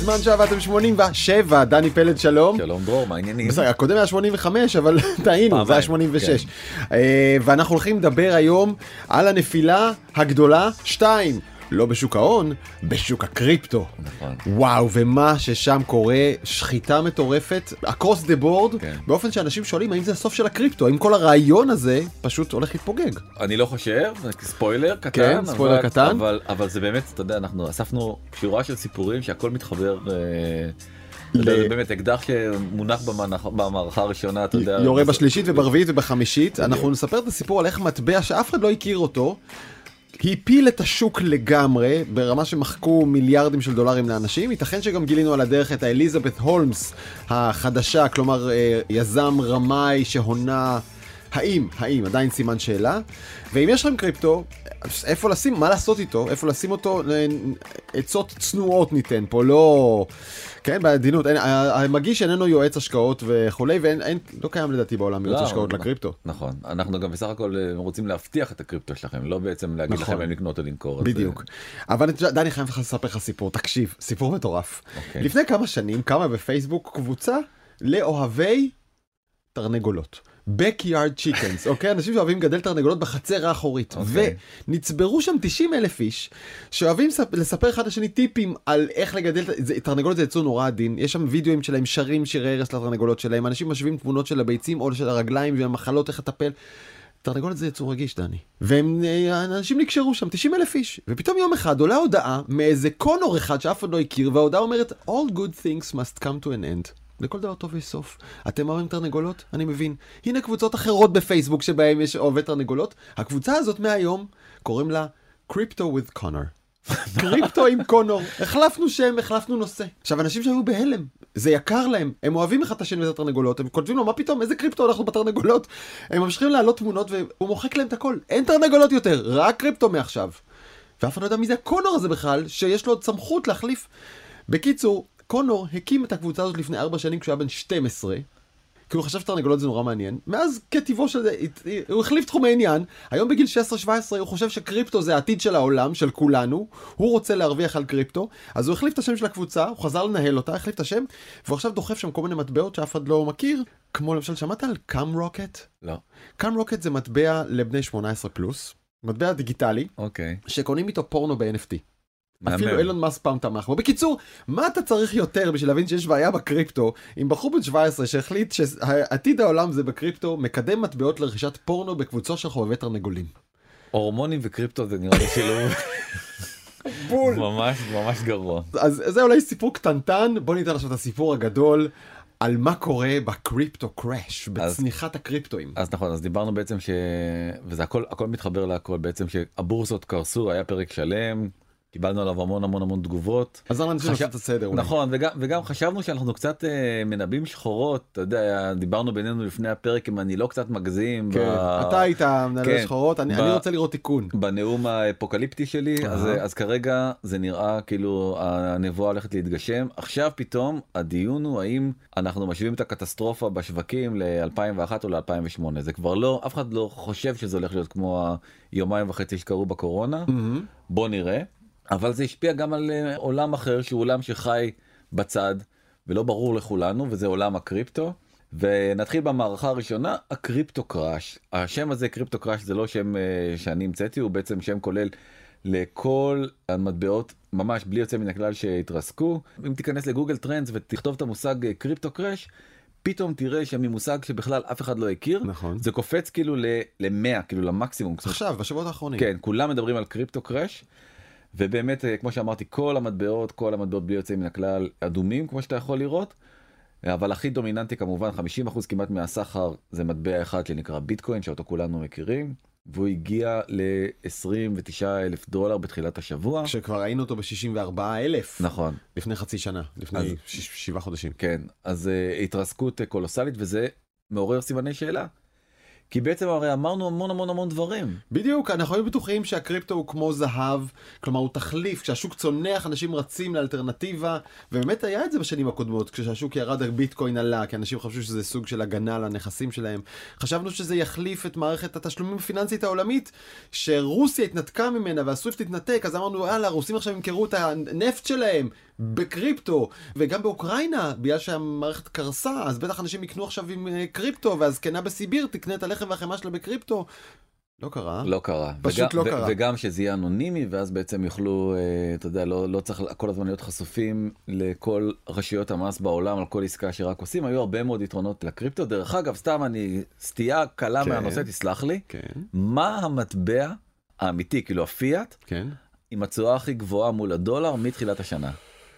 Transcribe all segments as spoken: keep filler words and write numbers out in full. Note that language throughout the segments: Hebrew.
בזמן שעבדתם שמונים ושבע, דני פלד, שלום. שלום דרור, מה העניינים? בסדר, הקודם היה שמונים וחמש, אבל טעינו, זה היה שמונים ושש. כן. ואנחנו הולכים לדבר היום על הנפילה הגדולה שתיים. לא בשוק ההון, בשוק הקריפטו. נכון. וואו, ומה ששם קורה, שחיטה מטורפת, across the board, כן. באופן שאנשים שואלים האם זה הסוף של הקריפטו, האם כל הרעיון הזה פשוט הולך להתפוגג. אני לא חושב, ספוילר קטן, כן, ספוילר אבל, קטן. אבל, אבל זה באמת, אתה יודע, אנחנו אספנו שורה של סיפורים שהכל מתחבר, אה, ל... אתה יודע, זה באמת אקדח שמונח במערכה, במערכה הראשונה, אתה יודע. יורה זה... בשלישית וברביעית ובחמישית, אנחנו נספר את הסיפור על איך מטבע שאף אחד לא הכיר אותו, הפיל את השוק לגמרי, ברמה שמחקו מיליארדים של דולרים לאנשים. ייתכן שגם גילינו על הדרך את האליזבת הולמס החדשה, כלומר יזם רמאי שהונה, האם, האם, עדיין סימן שאלה. ואם יש לכם קריפטו, איפה לשים, מה לעשות איתו, איפה לשים אותו, עצות צנועות ניתן פה, לא, כן, בעדינות, אין, המגיש איננו יועץ השקעות וכולי, ואין, אין, לא קיים לדעתי בעולם יועץ לא, השקעות לא, לקריפטו. נכון, אנחנו גם בסך הכל רוצים להבטיח את הקריפטו שלכם, לא בעצם להגיד נכון. לכם אם לקנות או למכור. בדיוק. אז... אבל דני חייב לך לספר לך סיפור, תקשיב, סיפור מטורף. אוקיי. לפני כמה שנים קמה בפייסבוק קבוצה לאוהבי תרנגולות. Backyard Chickens, אוקיי? אנשים שאוהבים לגדל תרנגולות בחצר האחורית. אוקיי. ונצברו שם תשעים אלף איש, שאוהבים לספר אחד לשני טיפים על איך לגדל, תרנגולות זה יצור נורא עדין, יש שם וידאוים שלהם, שרים שירי הרס לתרנגולות שלהם, אנשים משווים תמונות של הביצים או של הרגליים והמחלות, איך לטפל. תרנגולת זה יצור רגיש, דני. ואנשים נקשרו שם, תשעים אלף איש. ופתאום יום אחד עולה הודעה מאיזה קונור אחד שאף אחד לא הכיר, וההודעה אומרת, All good things must come to an end. לכל דבר טוב יש סוף. אתם אוהבים תרנגולות? אני מבין. הנה קבוצות אחרות בפייסבוק שבהם יש אוהבי תרנגולות. הקבוצה הזאת מהיום קוראים לה Crypto with Connor. קריפטו עם קונור. החלפנו שם, החלפנו נושא. עכשיו, אנשים שהיו בהלם, זה יקר להם. הם אוהבים אחד את השני ואת התרנגולות. הם כותבים לו, מה פתאום? איזה קריפטו אנחנו בתרנגולות? הם ממשיכים להעלות תמונות והוא מוחק להם את הכל. אין תרנגולות יותר, רק קריפטו מעכשיו. ואף אחד לא יודע מי זה הקונור הזה בכלל, שיש לו עוד סמכות להחליף. בקיצור, קונור הקים את הקבוצה הזאת לפני ארבע שנים כשהוא היה בן שתים עשרה, כי הוא חשב שתרנגולות זה נורא מעניין. מאז כתיבו של זה, הוא החליף תחומי עניין. היום בגיל שש עשרה שבע עשרה הוא חושב שקריפטו זה העתיד של העולם, של כולנו. הוא רוצה להרוויח על קריפטו, אז הוא החליף את השם של הקבוצה, הוא חזר לנהל אותה, החליף את השם, והוא עכשיו דוחף שם כל מיני מטבעות שאף אחד לא מכיר, כמו למשל, שמעת על קאם רוקט? לא. קאם רוקט זה מטבע לבני שמונה עשרה פלוס, מטבע דיגיטלי, אוקיי. שקונים איתו פורנו ב-אן אף טי. אפילו מהמם. אילון מאסק פעם תמך בו. בקיצור, מה אתה צריך יותר בשביל להבין שיש בעיה בקריפטו, אם בחור בן שבע עשרה שהחליט שעתיד העולם זה בקריפטו, מקדם מטבעות לרכישת פורנו בקבוצה של חובבי תרנגולים. הורמונים וקריפטו זה נראה לי שילוב בול. ממש ממש גרוע. אז זה אולי סיפור קטנטן, בוא ניתן עכשיו את הסיפור הגדול על מה קורה בקריפטו קראש, בצניחת הקריפטואים. אז נכון, אז דיברנו בעצם ש... וזה הכל, הכל מתחבר להכל בעצם, שהבורסות קרסו, היה פרק שלם, קיבלנו עליו המון המון המון תגובות. אז אני חושב לעשות את הסדר. נכון, וגם, וגם חשבנו שאנחנו קצת אה, מנבאים שחורות, אתה יודע, דיברנו בינינו לפני הפרק, אם אני לא קצת מגזים. כן, ב... אתה היית מנהל כן, שחורות, אני, ב... אני רוצה לראות תיקון. בנאום האפוקליפטי שלי, אז, אז כרגע זה נראה כאילו הנבואה הולכת להתגשם. עכשיו פתאום הדיון הוא האם אנחנו משווים את הקטסטרופה בשווקים ל-אלפיים ואחת או ל-אלפיים ושמונה. זה כבר לא, אף אחד לא חושב שזה הולך להיות כמו היומיים וחצי שקרו בקורונה. Mm-hmm. בוא נראה. אבל זה השפיע גם על עולם אחר, שהוא עולם שחי בצד, ולא ברור לכולנו, וזה עולם הקריפטו. ונתחיל במערכה הראשונה, הקריפטו קראש. השם הזה, קריפטו קראש, זה לא שם שאני המצאתי, הוא בעצם שם כולל לכל המטבעות, ממש בלי יוצא מן הכלל שהתרסקו. אם תיכנס לגוגל טרנדס ותכתוב את המושג קריפטו קראש, פתאום תראה שממושג שבכלל אף אחד לא הכיר, נכון. זה קופץ כאילו ל-מאה, כאילו למקסימום. עכשיו, בשבועות האחרונים. כן, כולם מדברים על קריפטו קראש. ובאמת, כמו שאמרתי, כל המטבעות, כל המטבעות בלי יוצאים מן הכלל אדומים, כמו שאתה יכול לראות, אבל הכי דומיננטי כמובן, חמישים אחוז כמעט מהסחר, זה מטבע אחד שנקרא ביטקוין, שאותו כולנו מכירים, והוא הגיע ל-עשרים ותשעה אלף דולר בתחילת השבוע. כשכבר ראינו אותו ב-שישים וארבעה אלף. נכון. לפני חצי שנה, לפני אז, ש- שבעה חודשים. כן, אז uh, התרסקות קולוסלית, וזה מעורר סימני שאלה. כי בעצם הרי אמרנו המון המון המון דברים. בדיוק, אנחנו היינו בטוחים שהקריפטו הוא כמו זהב, כלומר הוא תחליף, כשהשוק צונח אנשים רצים לאלטרנטיבה, ובאמת היה את זה בשנים הקודמות, כשהשוק ירד הביטקוין עלה, כי אנשים חשבו שזה סוג של הגנה לנכסים שלהם. חשבנו שזה יחליף את מערכת התשלומים הפיננסית העולמית, שרוסיה התנתקה ממנה והסוויפט התנתק, אז אמרנו, יאללה, הרוסים עכשיו ימכרו את הנפט שלהם בקריפטו, וגם באוקראינה, בגלל שהמערכת קרסה, אז בטח אנשים יקנו עכשיו עם קריפטו, והזקנה בסיביר תקנה את הלחם והחמאה שלה בקריפטו. לא קרה. לא קרה. פשוט וגם, לא קרה. וגם שזה יהיה אנונימי, ואז בעצם יוכלו, אתה יודע, לא, לא צריך כל הזמן להיות חשופים לכל רשויות המס בעולם, על כל עסקה שרק עושים. היו הרבה מאוד יתרונות לקריפטו. דרך אגב, סתם אני, סטייה קלה כן. מהנושא, תסלח לי. כן. מה המטבע האמיתי, כאילו הפיאט, כן. עם התשואה הכי גבוהה מול הדולר מתחילת השנה?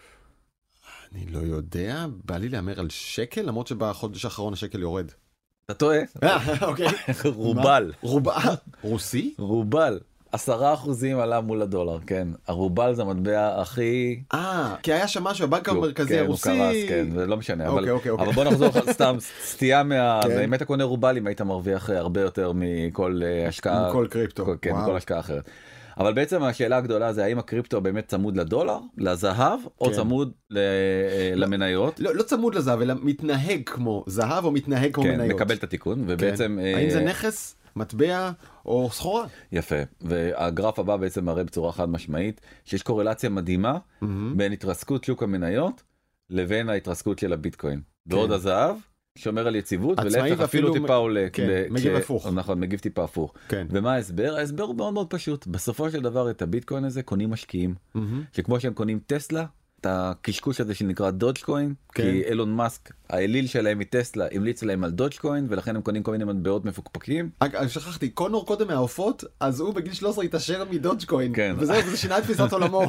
אני לא יודע, בא לי לאמר על שקל, למרות שבחודש האחרון השקל יורד. אתה טועה? אוקיי. רובל. רובל? רוסי? רובל. עשרה אחוזים עלה מול הדולר, כן. הרובל זה המטבע הכי... אה, כי היה שם משהו, הבנק המרכזי הרוסי... כן, הוא קרס, כן, זה לא משנה. אוקיי, אוקיי, אוקיי. אבל בוא נחזור סתם, סטייה מה... אם היית קונה רובלים, היית מרוויח הרבה יותר מכל השקעה... מכל קריפטו. כן, מכל השקעה אחרת. אבל בעצם השאלה הגדולה זה האם הקריפטו באמת צמוד לדולר, לזהב, או צמוד למניות? לא צמוד לזהב, אלא מתנהג כמו זהב או מתנהג כמו מניות. כן, מקבל את התיקון, ובעצם... האם זה נכס, מטבע או סחורה? יפה, והגרף הבא בעצם מראה בצורה חד משמעית, שיש קורלציה מדהימה בין התרסקות שוק המניות, לבין ההתרסקות של הביטקוין. ועוד הזהב, שומר על יציבות, ולהפך אפילו טיפה עולה. מגיב הפוך. נכון, מגיב טיפה הפוך. ומה ההסבר? ההסבר הוא מאוד מאוד פשוט. בסופו של דבר את הביטקוין הזה קונים משקיעים, שכמו שהם קונים טסלה, את הקשקוש הזה שנקרא דודג'קוין, כי אילון מאסק, האליל שלהם מטסלה, המליץ להם על דודג'קוין, ולכן הם קונים כל מיני מטבעות מפוקפקים. שכחתי, קונור קודם מהעופות, אז הוא בגיל שלוש עשרה התעשר מדודג'קוין, וזהו, וזה שינה את תפיסת עולמו.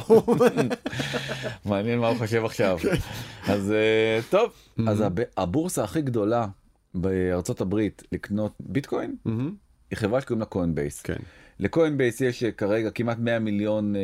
מעניין מה הוא חושב עכשיו. אז טוב, אז הבורסה הכי גדולה בארצות הברית לקנות ביטקוין, היא חברה שקוראים לה קוינבייס. לקוינבייס יש כרגע כמעט מאה מיליון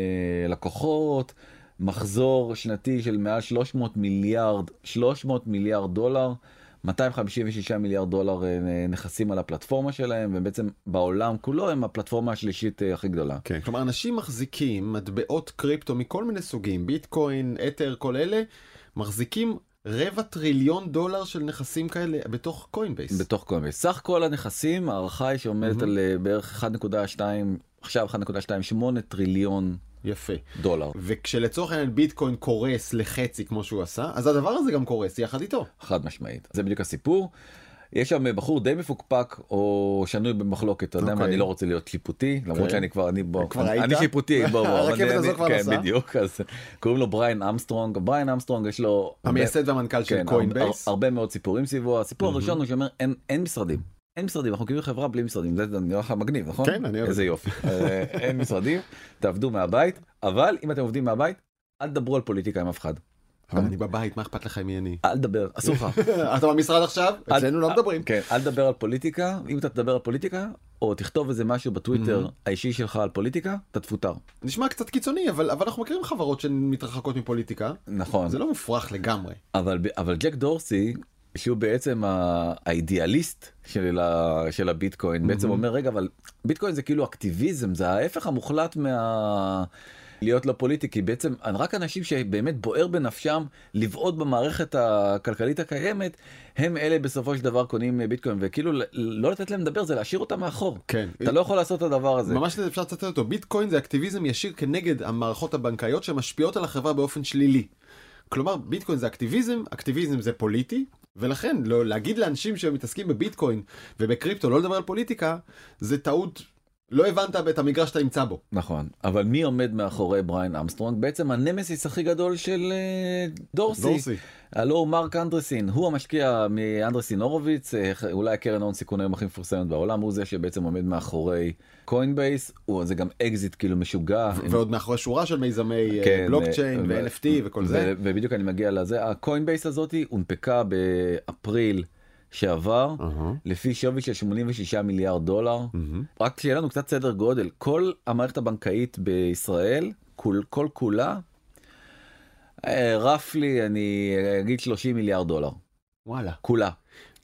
לקוחות, מחזור שנתי של מעל שלוש מאות מיליארד, שלוש מאות מיליארד דולר, מאתיים חמישים ושישה מיליארד דולר נכסים על הפלטפורמה שלהם, ובעצם בעולם כולו הם הפלטפורמה השלישית הכי גדולה. כן, כלומר אנשים מחזיקים מטבעות קריפטו מכל מיני סוגים, ביטקוין, אתר, כל אלה, מחזיקים רבע טריליון דולר של נכסים כאלה בתוך קוינבייס. בתוך קוינבייס. סך כל הנכסים, הערכה היא שעומדת על בערך אחת נקודה שתיים, עכשיו אחת נקודה שתיים שמונה טריליון יפה. דולר. וכשלצורך העניין ביטקוין קורס לחצי כמו שהוא עשה, אז הדבר הזה גם קורס יחד איתו. חד משמעית. זה בדיוק הסיפור. יש שם בחור די מפוקפק או שנוי במחלוקת, אתה יודע מה, אני לא רוצה להיות שיפוטי, למרות שאני כבר, אני בוא, אני שיפוטי, בוא, הרכבת הזו כבר נסע. כן, בדיוק, אז קוראים לו בריין אמסטרונג, בריין אמסטרונג יש לו... המייסד והמנכ"ל של קוינבייס. הרבה מאוד סיפורים סביבו, הסיפור הראשון הוא שאומר, אין משרדים. אין משרדים, אנחנו קוראים חברה בלי משרדים, זה נראה לך מגניב, נכון? כן, אני אוהב. איזה יופי. אין משרדים, תעבדו מהבית, אבל אם אתם עובדים מהבית, אל תדברו על פוליטיקה עם אף אחד. אבל אני בבית, מה אכפת לך מי אני? אל תדבר, אסור לך. אתה במשרד עכשיו? אצלנו לא מדברים. כן, אל תדבר על פוליטיקה, אם אתה תדבר על פוליטיקה, או תכתוב איזה משהו בטוויטר האישי שלך על פוליטיקה, אתה תפוטר. נשמע קצת קיצוני, אבל אנחנו מכירים חברות שמתרחקות מפוליטיקה. נכון. זה לא מופרך לגמרי. אבל ג'ק דורסי, שהוא בעצם האידיאליסט של, ה, של הביטקוין, mm-hmm. בעצם אומר, רגע, אבל ביטקוין זה כאילו אקטיביזם, זה ההפך המוחלט מה... להיות לא פוליטי, בעצם רק אנשים שבאמת בוער בנפשם לבעוד במערכת הכלכלית הקיימת, הם אלה בסופו של דבר קונים ביטקוין, וכאילו לא לתת להם לדבר, זה להשאיר אותם מאחור. כן. אתה לא יכול לעשות את הדבר הזה. ממש אפשר לצטט אותו. ביטקוין זה אקטיביזם ישיר כנגד המערכות הבנקאיות שמשפיעות על החברה באופן שלילי. כלומר, ביטקוין זה אקטיביזם, אקטיביזם זה פוליטי, ולכן לא, להגיד לאנשים שמתעסקים בביטקוין ובקריפטו לא לדבר על פוליטיקה, זה טעות. לא הבנת את המגרש שאתה נמצא בו. נכון, אבל מי עומד מאחורי בריין אמסטרונג? בעצם הנמסיס הכי גדול של דורסי. דורסי. הלא הוא מרק אנדרסין, הוא המשקיע מאנדרסין הורוביץ, אולי הקרן הון סיכון היום הכי מפורסמת בעולם, הוא זה שבעצם עומד מאחורי קוינבייס, זה גם אקזיט כאילו משוגע. ועוד מאחורי שורה של מיזמי כן, בלוקצ'יין ו-אן אף טי וכל זה. ובדיוק אני מגיע לזה, הקוינבייס הזאת הונפקה באפריל שעבר, uh-huh. לפי שווי של שמונים ושישה מיליארד דולר. Uh-huh. רק שיהיה לנו קצת סדר גודל, כל המערכת הבנקאית בישראל, כל, כל כולה, רפלי, אני אגיד שלושים מיליארד דולר. וואלה. כולה.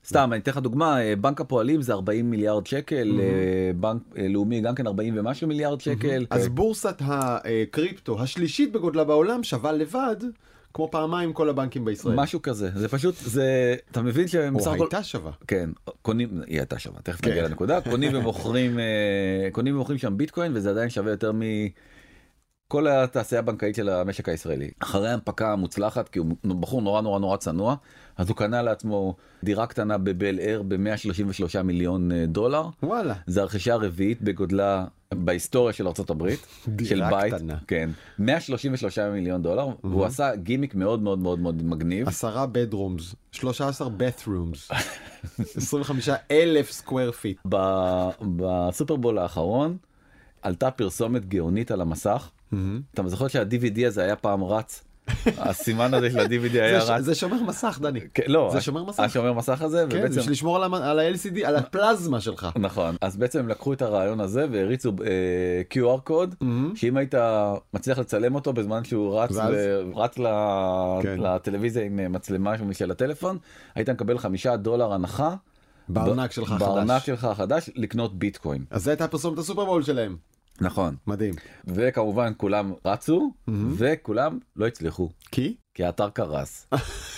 סתם, אני אתן לך דוגמה, בנק הפועלים זה ארבעים מיליארד שקל, בנק לאומי גם כן ארבעים ומשהו מיליארד שקל. אז בורסת הקריפטו השלישית בגודלה בעולם שווה לבד, כמו פעמיים כל הבנקים בישראל. משהו כזה, זה פשוט, זה, אתה מבין שבסך הכל... או הייתה שווה. כן, קונים, היא הייתה שווה, תכף נגיע לנקודה, קונים ומוכרים, קונים ומוכרים שם ביטקוין, וזה עדיין שווה יותר מ... כל התעשייה הבנקאית של המשק הישראלי. אחרי ההנפקה המוצלחת, כי הוא בחור נורא נורא נורא צנוע, אז הוא קנה לעצמו דירה קטנה בבל אר ב-מאה שלושים ושלושה מיליון דולר. וואלה. זה הרכישה הרביעית בגודלה בהיסטוריה של ארצות הברית. דירה בית, קטנה. כן. מאה שלושים ושלושה מיליון דולר, mm-hmm. והוא עשה גימיק מאוד מאוד מאוד מאוד מגניב. עשרה bedrooms, שלושה עשר bathrooms, עשרים וחמישה אלף סקוואר פיט. בסופרבול האחרון, עלתה פרסומת גאונית על המסך. אתה זוכר שה-די וי די הזה היה פעם רץ? הסימן הזה של ה-די וי די היה רץ? זה שומר מסך, דני. לא, זה שומר מסך. השומר מסך הזה. כן, בשביל לשמור על ה-אל סי די, על הפלזמה שלך. נכון. אז בעצם הם לקחו את הרעיון הזה והריצו קיו אר קוד, שאם היית מצליח לצלם אותו בזמן שהוא רץ לטלוויזיה עם מצלמה של הטלפון, היית מקבל חמישה דולר הנחה. בארנק שלך החדש. בארנק שלך החדש לקנות ביטקוין. אז זה הייתה פרסומת הסופרבול שלהם. נכון. מדהים. וכמובן כולם רצו, וכולם לא הצליחו. כי? כי האתר קרס.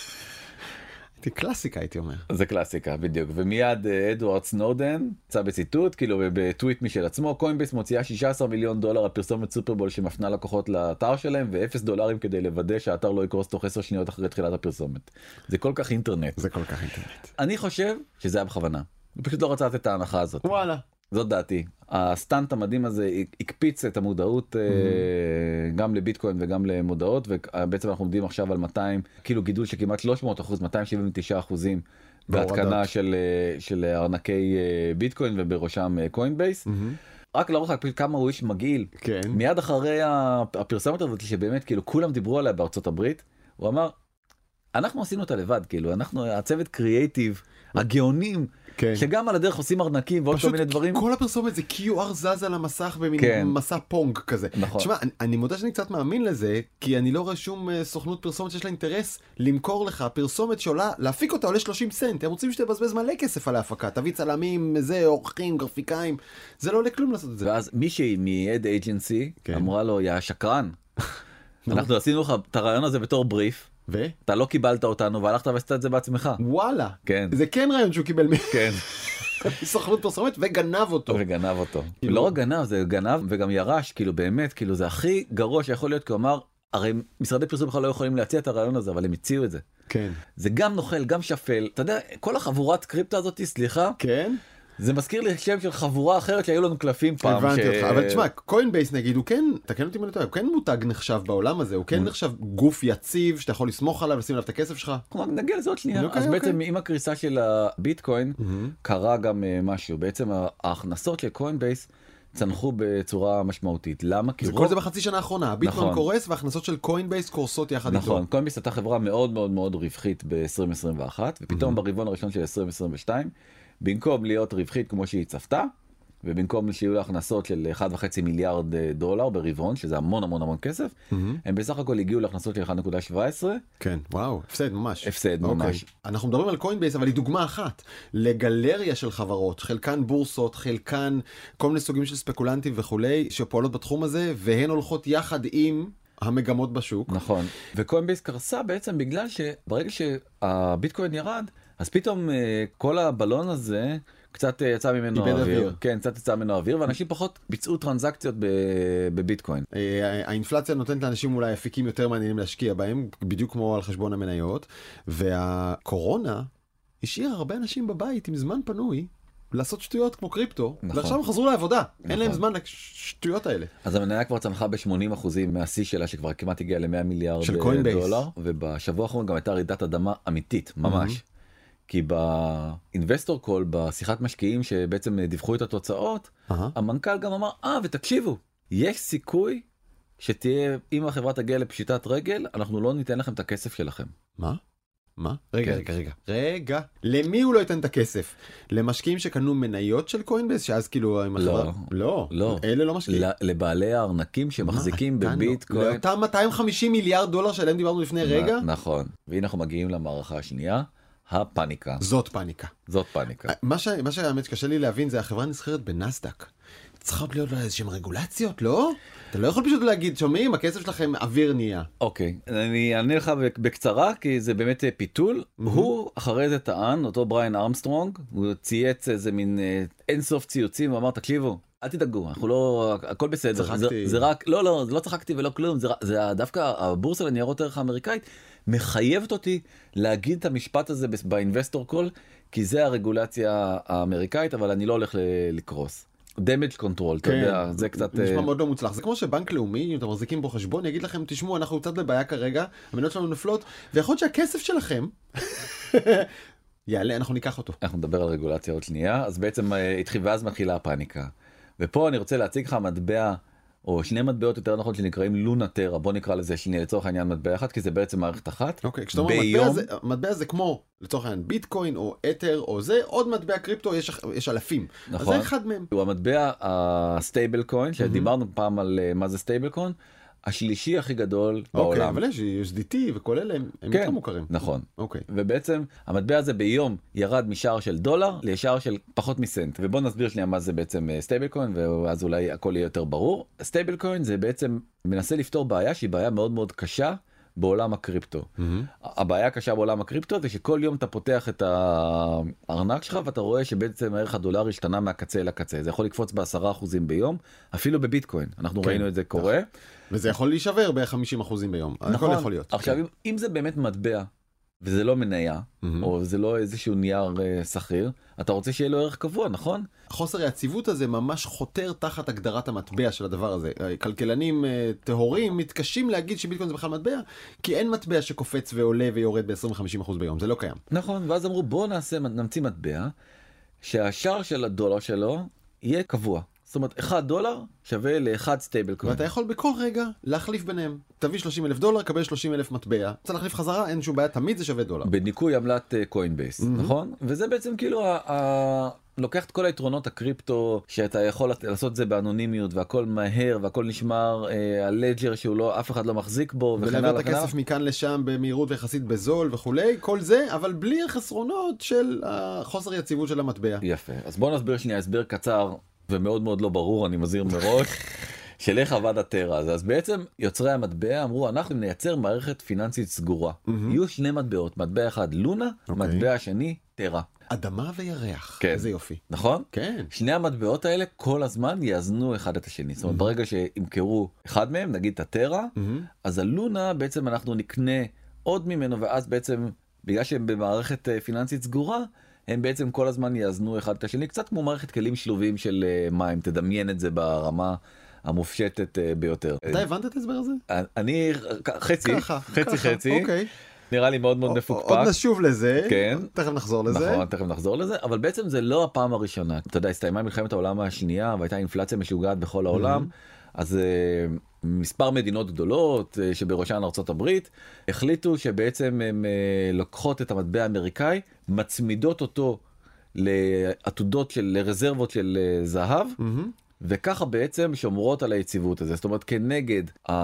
זה קלאסיקה הייתי אומר. זה קלאסיקה, בדיוק. ומיד אדוארד סנודן, יצא בציטוט, כאילו בטוויט משל עצמו, קוינבייס מוציאה שישה עשר מיליון דולר על פרסומת סופרבול שמפנה לקוחות לאתר שלהם, ואפס דולרים כדי לוודא שהאתר לא יקרוס תוך עשר שניות אחרי תחילת הפרסומת. זה כל כך אינטרנט. זה כל כך אינטרנט. אני חושב שזה היה בכוונה. הוא פשוט לא רצה את ההנחה הזאת. וואלה. זאת דעתי. הסטנט המדהים הזה הקפיץ את המודעות גם לביטקוין וגם למודעות, ובעצם אנחנו עומדים עכשיו על מאתיים, כאילו גידול שכמעט שלוש מאות אחוז, מאתיים שבעים ותשעה אחוזים בהתקנה של, של ארנקי ביטקוין ובראשם קוינבייס. רק להראות לך כמה הוא איש מגעיל. כן. מיד אחרי הפרסומת הזאת שבאמת כאילו כולם דיברו עליה בארצות הברית, הוא אמר, אנחנו עשינו אותה לבד, כאילו, אנחנו הצוות קריאייטיב, הגאונים, כן. שגם על הדרך עושים ארנקים ועוד כל מיני דברים. כל הפרסומת זה קיו אר זז על המסך במין כן. מסע פונג כזה. נכון. תשמע, אני, אני מודה שאני קצת מאמין לזה, כי אני לא רואה שום uh, סוכנות פרסומת שיש לה אינטרס למכור לך פרסומת שעולה, להפיק אותה עולה שלושים סנט. הם רוצים שתבזבז מלא כסף על ההפקה, תביא צלמים, זה, עורכים, גרפיקאים, זה לא עולה כלום לעשות את זה. ואז מישהי מ-Ad Agency כן. אמרה לו, יא שקרן, אנחנו עשינו לך את הרעיון הזה בתור בריף. ו? אתה לא קיבלת אותנו והלכת ועשית את זה בעצמך. וואלה. כן. זה כן רעיון שהוא קיבל מ... כן. סוכנות פרסומת וגנב אותו. וגנב אותו. לא רק גנב, זה גנב וגם ירש, כאילו באמת, כאילו זה הכי גרוע שיכול להיות, כי הוא אמר, הרי משרדי פרסום בכלל לא יכולים להציע את הרעיון הזה, אבל הם הציעו את זה. כן. זה גם נוכל, גם שפל. אתה יודע, כל החבורת קריפטו הזאת, סליחה. כן. זה מזכיר לי שם של חבורה אחרת שהיו לנו קלפים פעם. הבנתי אותך, אבל תשמע, קוינבייס נגיד, הוא כן, תקן אותי מלא טוב, הוא כן מותג נחשב בעולם הזה, הוא כן נחשב גוף יציב, שאתה יכול לסמוך עליו, לשים עליו את הכסף שלך. נגיע לזה עוד שנייה. אז בעצם עם הקריסה של הביטקוין, קרה גם משהו. בעצם ההכנסות של קוינבייס צנחו בצורה משמעותית. למה? זה כל זה בחצי שנה האחרונה, הביטקוין קורס וההכנסות של קוינבייס קורסות יחד איתו. נכון, קוינבייס הייתה חברה מאוד מאוד מאוד רווחית ב-עשרים עשרים ואחת, ופתאום ברבעון הראשון של עשרים עשרים ושתיים, במקום להיות רווחית כמו שהיא צפתה, ובמקום שיהיו לה הכנסות של אחד וחצי מיליארד דולר ברבעון, שזה המון המון המון כסף, הם בסך הכל הגיעו להכנסות של אחת נקודה שבע עשרה. כן, וואו, הפסד ממש. הפסד ממש. אנחנו מדברים על קוינבייס, אבל היא דוגמה אחת לגלריה של חברות, חלקן בורסות, חלקן כל מיני סוגים של ספקולנטים וכולי, שפועלות בתחום הזה, והן הולכות יחד עם המגמות בשוק. נכון. וקוינבייס קרסה בעצם בגלל שברגע שהביטקוין ירד, אז פתאום כל הבלון הזה קצת יצא ממנו אוויר. כן, קצת יצא ממנו אוויר, ואנשים פחות ביצעו טרנזקציות בביטקוין. האינפלציה נותנת לאנשים אולי אפיקים יותר מעניינים להשקיע בהם, בדיוק כמו על חשבון המניות, והקורונה השאירה הרבה אנשים בבית עם זמן פנוי, לעשות שטויות כמו קריפטו, נכון. ועכשיו הם חזרו לעבודה, נכון. אין להם זמן לשטויות האלה. אז המניה כבר צנחה ב-שמונים אחוזים מהשיא שלה, שכבר כמעט הגיעה ל-מאה מיליארד דולר, ובשבוע האחרון גם הייתה רעידת אדמה אמיתית, ממש. Mm-hmm. כי באינבסטור קול, בשיחת משקיעים שבעצם דיווחו את התוצאות, uh-huh. המנכ"ל גם אמר, אה, ותקשיבו, יש סיכוי שתהיה, אם החברה תגיע לפשיטת רגל, אנחנו לא ניתן לכם את הכסף שלכם. מה? מה? רגע, רגע, רגע. רגע. למי הוא לא ייתן את הכסף? למשקיעים שקנו מניות של קוינבייס, שאז כאילו... לא. לא. לא. אלה לא משקיעים. לבעלי הארנקים שמחזיקים בביטקוין. לאותם מאתיים וחמישים מיליארד דולר שעליהם דיברנו לפני רגע? נכון. והנה אנחנו מגיעים למערכה השנייה. הפאניקה. זאת פאניקה. זאת פאניקה. מה ש... מה שהאמת שקשה לי להבין זה החברה נסחרת בנסדק. צריכות להיות לה איזשהם רגולציות, לא? אתה לא יכול פשוט להגיד, שומעים, הכסף שלכם אוויר נהיה. אוקיי, אני אענה לך בקצרה, כי זה באמת פיתול. הוא אחרי זה טען, אותו בריין ארמסטרונג, הוא צייץ איזה מין אינסוף ציוצים, ואמר, תקשיבו, אל תדאגו, אנחנו לא, הכל בסדר. צחקתי. זה רק, לא, לא, לא צחקתי ולא כלום, זה, זה דווקא הבורסה לניירות ערך האמריקאית, מחייבת אותי להגיד את המשפט הזה באינבסטור קול, כי זה הרגולציה האמריקאית, אבל אני לא הולך לקרוס. דמג' קונטרול, אתה יודע, זה קצת... נשמע מאוד לא מוצלח. זה כמו שבנק לאומי, אם אתם מחזיקים פה חשבון, יגיד לכם, תשמעו, אנחנו קצת בבעיה כרגע, המניות שלנו נפלות, ויכול להיות שהכסף שלכם יעלה, אנחנו ניקח אותו. אנחנו נדבר על רגולציה עוד שנייה, אז בעצם התחיל, ואז מתחילה הפאניקה. ופה אני רוצה להציג לך מטבע, או שני מטבעות יותר נכון שנקראים לונה טרה, בוא נקרא לזה שני, לצורך העניין מטבע אחת, כי זה בעצם מערכת אחת. אוקיי, כשאתה אומר מטבע זה, מטבע זה כמו, לצורך העניין, ביטקוין או אתר או זה, עוד מטבע קריפטו, יש, יש אלפים. נכון. אז זה אחד מהם. הוא המטבע הסטייבל קוין, שדיברנו פעם על מה זה סטייבל קוין, השלישי הכי גדול בעולם. אוקיי, אבל יש יו אס די טי וכל אלה, הם כן, יותר מוכרים. נכון. אוקיי. ובעצם המטבע הזה ביום ירד משער של דולר לשער של פחות מסנט. ובוא נסביר שנייה מה זה בעצם סטייבל קוין, ואז אולי הכל יהיה יותר ברור. סטייבל קוין זה בעצם מנסה לפתור בעיה שהיא בעיה מאוד מאוד קשה בעולם הקריפטו. Mm-hmm. הבעיה הקשה בעולם הקריפטו זה שכל יום אתה פותח את הארנק שלך ואתה רואה שבעצם הערך הדולר השתנה מהקצה לקצה. זה יכול לקפוץ בעשרה אחוזים ביום, אפילו בביטקוין. אנחנו כן. ראינו את זה קורה. וזה יכול להישבר ב-חמישים אחוזים ביום. נכון. הכל יכול להיות. עכשיו, כן. אם, אם זה באמת מטבע, וזה לא מניה, mm-hmm. או זה לא איזשהו נייר uh, שכיר, אתה רוצה שיהיה לו ערך קבוע, נכון? חוסר היציבות הזה ממש חותר תחת הגדרת המטבע של הדבר הזה. כלכלנים uh, טהורים מתקשים להגיד שביטקוין זה בכלל מטבע, כי אין מטבע שקופץ ועולה ויורד ב-עשרים וחמישים אחוז ביום, זה לא קיים. נכון, ואז אמרו בוא נעשה, נמציא מטבע, שהשער של הדולר שלו יהיה קבוע. זאת אומרת, אחד דולר שווה לאחד סטייבל קוין. ואתה יכול בכל רגע להחליף ביניהם. תביא שלושים אלף דולר, קבל שלושים אלף מטבע. רוצה להחליף חזרה, אין שום בעיה, תמיד זה שווה דולר. בניקוי עמלת קוינבייס, mm-hmm. נכון? וזה בעצם כאילו, ה- ה- לוקח את כל היתרונות הקריפטו, שאתה יכול לעשות זה באנונימיות, והכל מהר, והכל נשמר, אה, הלג'ר שהוא לא, אף אחד לא מחזיק בו, ולהביא את הכסף מכאן לשם במהירות ויחסית בזול וכולי, כל זה, אבל בלי החסרונות של החוסר יציבות של המטבע. יפה. אז בוא נסביר שנייה, הסבר קצר. ומאוד מאוד לא ברור, אני מזהיר מראש, של איך עבד הטרה הזה. אז בעצם יוצרי המטבע אמרו, אנחנו נייצר מערכת פיננסית סגורה. יהיו שני מטבעות, מטבע אחד לונה, מטבע שני טרה. אדמה וירח, כן. איזה יופי. נכון? כן. שני המטבעות האלה כל הזמן יאזנו אחד את השני. זאת אומרת, ברגע שימכרו אחד מהם, נגיד את הטרה, אז הלונה בעצם אנחנו נקנה עוד ממנו, ואז בעצם, בגלל שהם במערכת פיננסית סגורה, הם בעצם כל הזמן יאזנו אחד את השני, קצת כמו מערכת כלים שלובים של מים, תדמיין את זה ברמה המופשטת ביותר. אתה הבנת את ההסבר הזה? אני חצי, חצי חצי, נראה לי מאוד מאוד מפוקפק. עוד נשוב לזה, כן. תכף נחזור לזה. נכון, תכף נחזור לזה, אבל בעצם זה לא הפעם הראשונה. אתה יודע, הסתיימה מלחמת העולם השנייה, והייתה אינפלציה משוגעת בכל העולם, אז מספר מדינות גדולות, שבראשן ארצות הברית, החליטו שבעצם הן לוקחות את המטבע האמריקאי, מצמידות אותו לעתודות של, לרזרבות של זהב, וככה בעצם שומרות על היציבות הזה. זאת אומרת, כנגד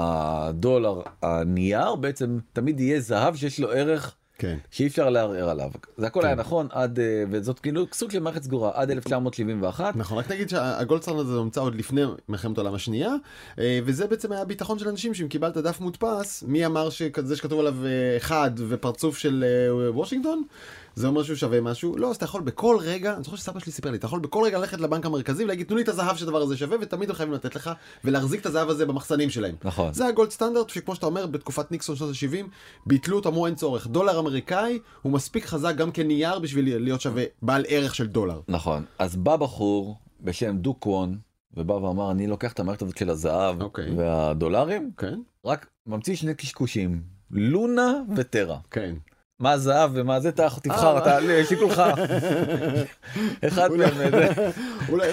הדולר הנייר, בעצם תמיד יהיה זהב שיש לו ערך כן. שאי אפשר לערער עליו. זה הכל כן. היה נכון עד, וזאת כאילו סוג של מערכת סגורה, עד אלף תשע מאות שבעים ואחת. נכון, רק נגיד שהגולדסטנדרט הזה נמצא עוד לפני מלחמת העולם השנייה, וזה בעצם היה הביטחון של אנשים שאם קיבלת דף מודפס, מי אמר שזה שכתוב עליו אחד ופרצוף של וושינגטון, זה אומר שהוא שווה משהו. לא, אז אתה יכול בכל רגע, אני זוכר שסבא שלי סיפר לי, אתה יכול בכל רגע ללכת לבנק המרכזי ולהגיד, תנו לי את הזהב שהדבר הזה שווה, ותמיד הם חייבים לתת לך, ולהחזיק את הזהב הזה במחסנים שלהם. נכון. זה הגולד סטנדרט, שכמו שאתה אומר, בתקופת ניקסון שנות ה-שבעים, ביטלו את אמרו אין צורך. דולר אמריקאי הוא מספיק חזק גם כנייר בשביל להיות שווה בעל ערך של דולר. נכון. אז בא בחור בשם דו קוון, ובא ואמר, אני לוקח את המערכת הזאת של הזהב okay. והדולרים, okay. רק ממציא שני קשקושים, לונה וטרה. כן. מה זהב ומה זה, תבחר, אתה, שיקולך. אחד מהם, אולי...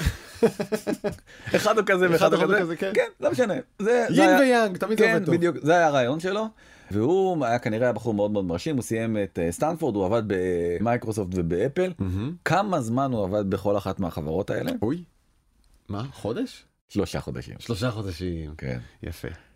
אחד הוא כזה ואחד הוא כזה, כן, לא משנה. יין ויאנג, תמיד זה עובד טוב. בדיוק, זה היה הרעיון שלו, והוא היה כנראה בחור מאוד מאוד מרשים, הוא סיים את סטנפורד, הוא עבד במייקרוסופט ובאפל. כמה זמן הוא עבד בכל אחת מהחברות האלה? אוי, מה, חודש? שלושה חודשים. שלושה חודשים, כן. יפה.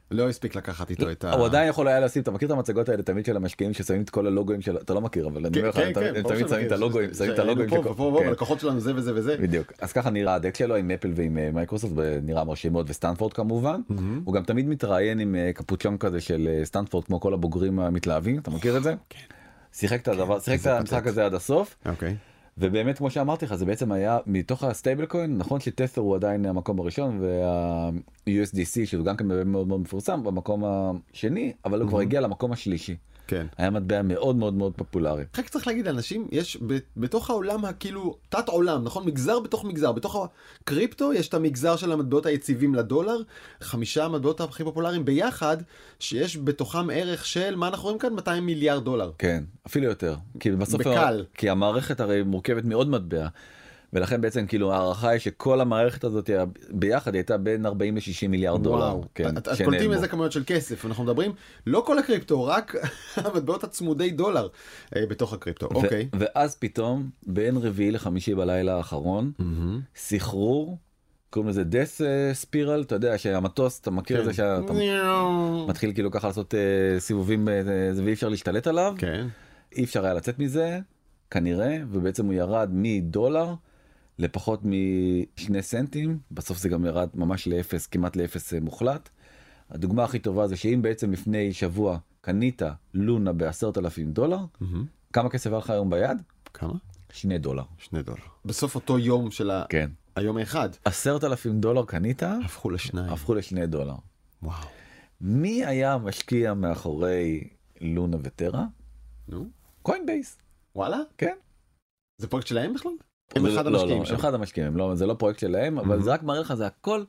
לא הספיק לקחת איתו את ה... הוא עדיין יכול היה לשים, אתה מכיר את המצגות האלה תמיד של המשקיעים ששמים את כל הלוגוים של... אתה לא מכיר, אבל אני אומר לך, הם תמיד שמים את הלוגוים, שמים את הלוגוים של... פה, פה, לקוחות שלנו זה וזה וזה. בדיוק. אז ככה נראה הדק שלו עם אפל ועם מייקרוסופט, ונראה מרשים מאוד, וסטנפורד כמובן. הוא גם תמיד מתראיין עם קפוצ'ון כזה של סטנפורד, כמו כל הבוגרים המתלהבים, אתה מכיר את זה? שיחק את הדבר, שיחק את המשחק הזה עד הסוף. אוקיי. ובאמת כמו שאמרתי לך זה בעצם היה מתוך הסטייבל קוין, נכון שטת'ר הוא עדיין המקום הראשון וה-יו אס די סי שהוא גם כן מאוד מאוד מפורסם במקום השני, אבל הוא כבר הגיע למקום השלישי. כן. היה מטבע מאוד מאוד מאוד פופולרי. רק צריך להגיד לאנשים, יש בתוך העולם הכאילו תת עולם, נכון? מגזר בתוך מגזר. בתוך הקריפטו יש את המגזר של המטבעות היציבים לדולר, חמישה המטבעות הכי פופולריים ביחד, שיש בתוכם ערך של, מה אנחנו רואים כאן? מאתיים מיליארד דולר. כן, אפילו יותר. כי בסוף בקל. כי המערכת הרי מורכבת מאוד מטבע. ולכן בעצם כאילו הערכה היא שכל המערכת הזאת ביחד הייתה בין ארבעים ל-שישים מיליארד דולר. כן, אז קולטים איזה כמויות של כסף, אנחנו מדברים לא כל הקריפטו, רק המטבעות הצמודי דולר בתוך הקריפטו. אוקיי. ואז פתאום בין רביעי לחמישי בלילה האחרון, סחרור, קוראים לזה דס ספירל, אתה יודע שהמטוס, אתה מכיר את זה שאתה מתחיל כאילו ככה לעשות סיבובים ואי אפשר להשתלט עליו. כן. אי אפשר היה לצאת מזה, כנראה, ובעצם הוא ירד מדולר לפחות משני סנטים, בסוף זה גם ירד ממש לאפס, כמעט לאפס מוחלט. הדוגמה הכי טובה זה שאם בעצם לפני שבוע קנית לונה בעשרת אלפים דולר, mm-hmm. כמה כסף היה לך היום ביד? כמה? שני דולר. שני דולר. בסוף אותו יום של ה... כן. היום האחד. עשרת אלפים דולר קנית? הפכו לשניים. הפכו לשני דולר. וואו. מי היה המשקיע מאחורי לונה וטרה? נו? קוינבייס. וואלה? כן. זה פרויקט שלהם בכלל? הם אחד לא, המשקיעים לא, שם. הם אחד המשקיעים, לא, זה לא פרויקט שלהם, אבל זה רק מראה לך, זה הכל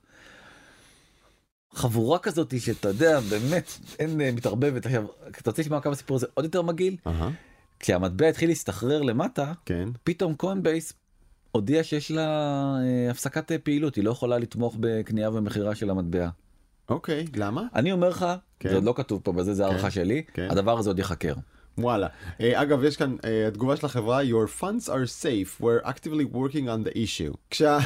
חבורה כזאת שאתה יודע, באמת, אין מתערבבת. עכשיו, אתה רוצה לשמוע כמה סיפור זה עוד יותר מגעיל? כשהמטבע התחיל להסתחרר למטה, פתאום קוינבייס הודיע שיש לה הפסקת פעילות, היא לא יכולה לתמוך בקנייה ומחירה של המטבע. אוקיי, למה? אני אומר לך, זה עוד לא כתוב פה בזה, זה הערכה שלי, הדבר הזה עוד יחקר. וואלה. אגב, יש כאן התגובה של החברה, Your funds are safe, we're actively working on the issue.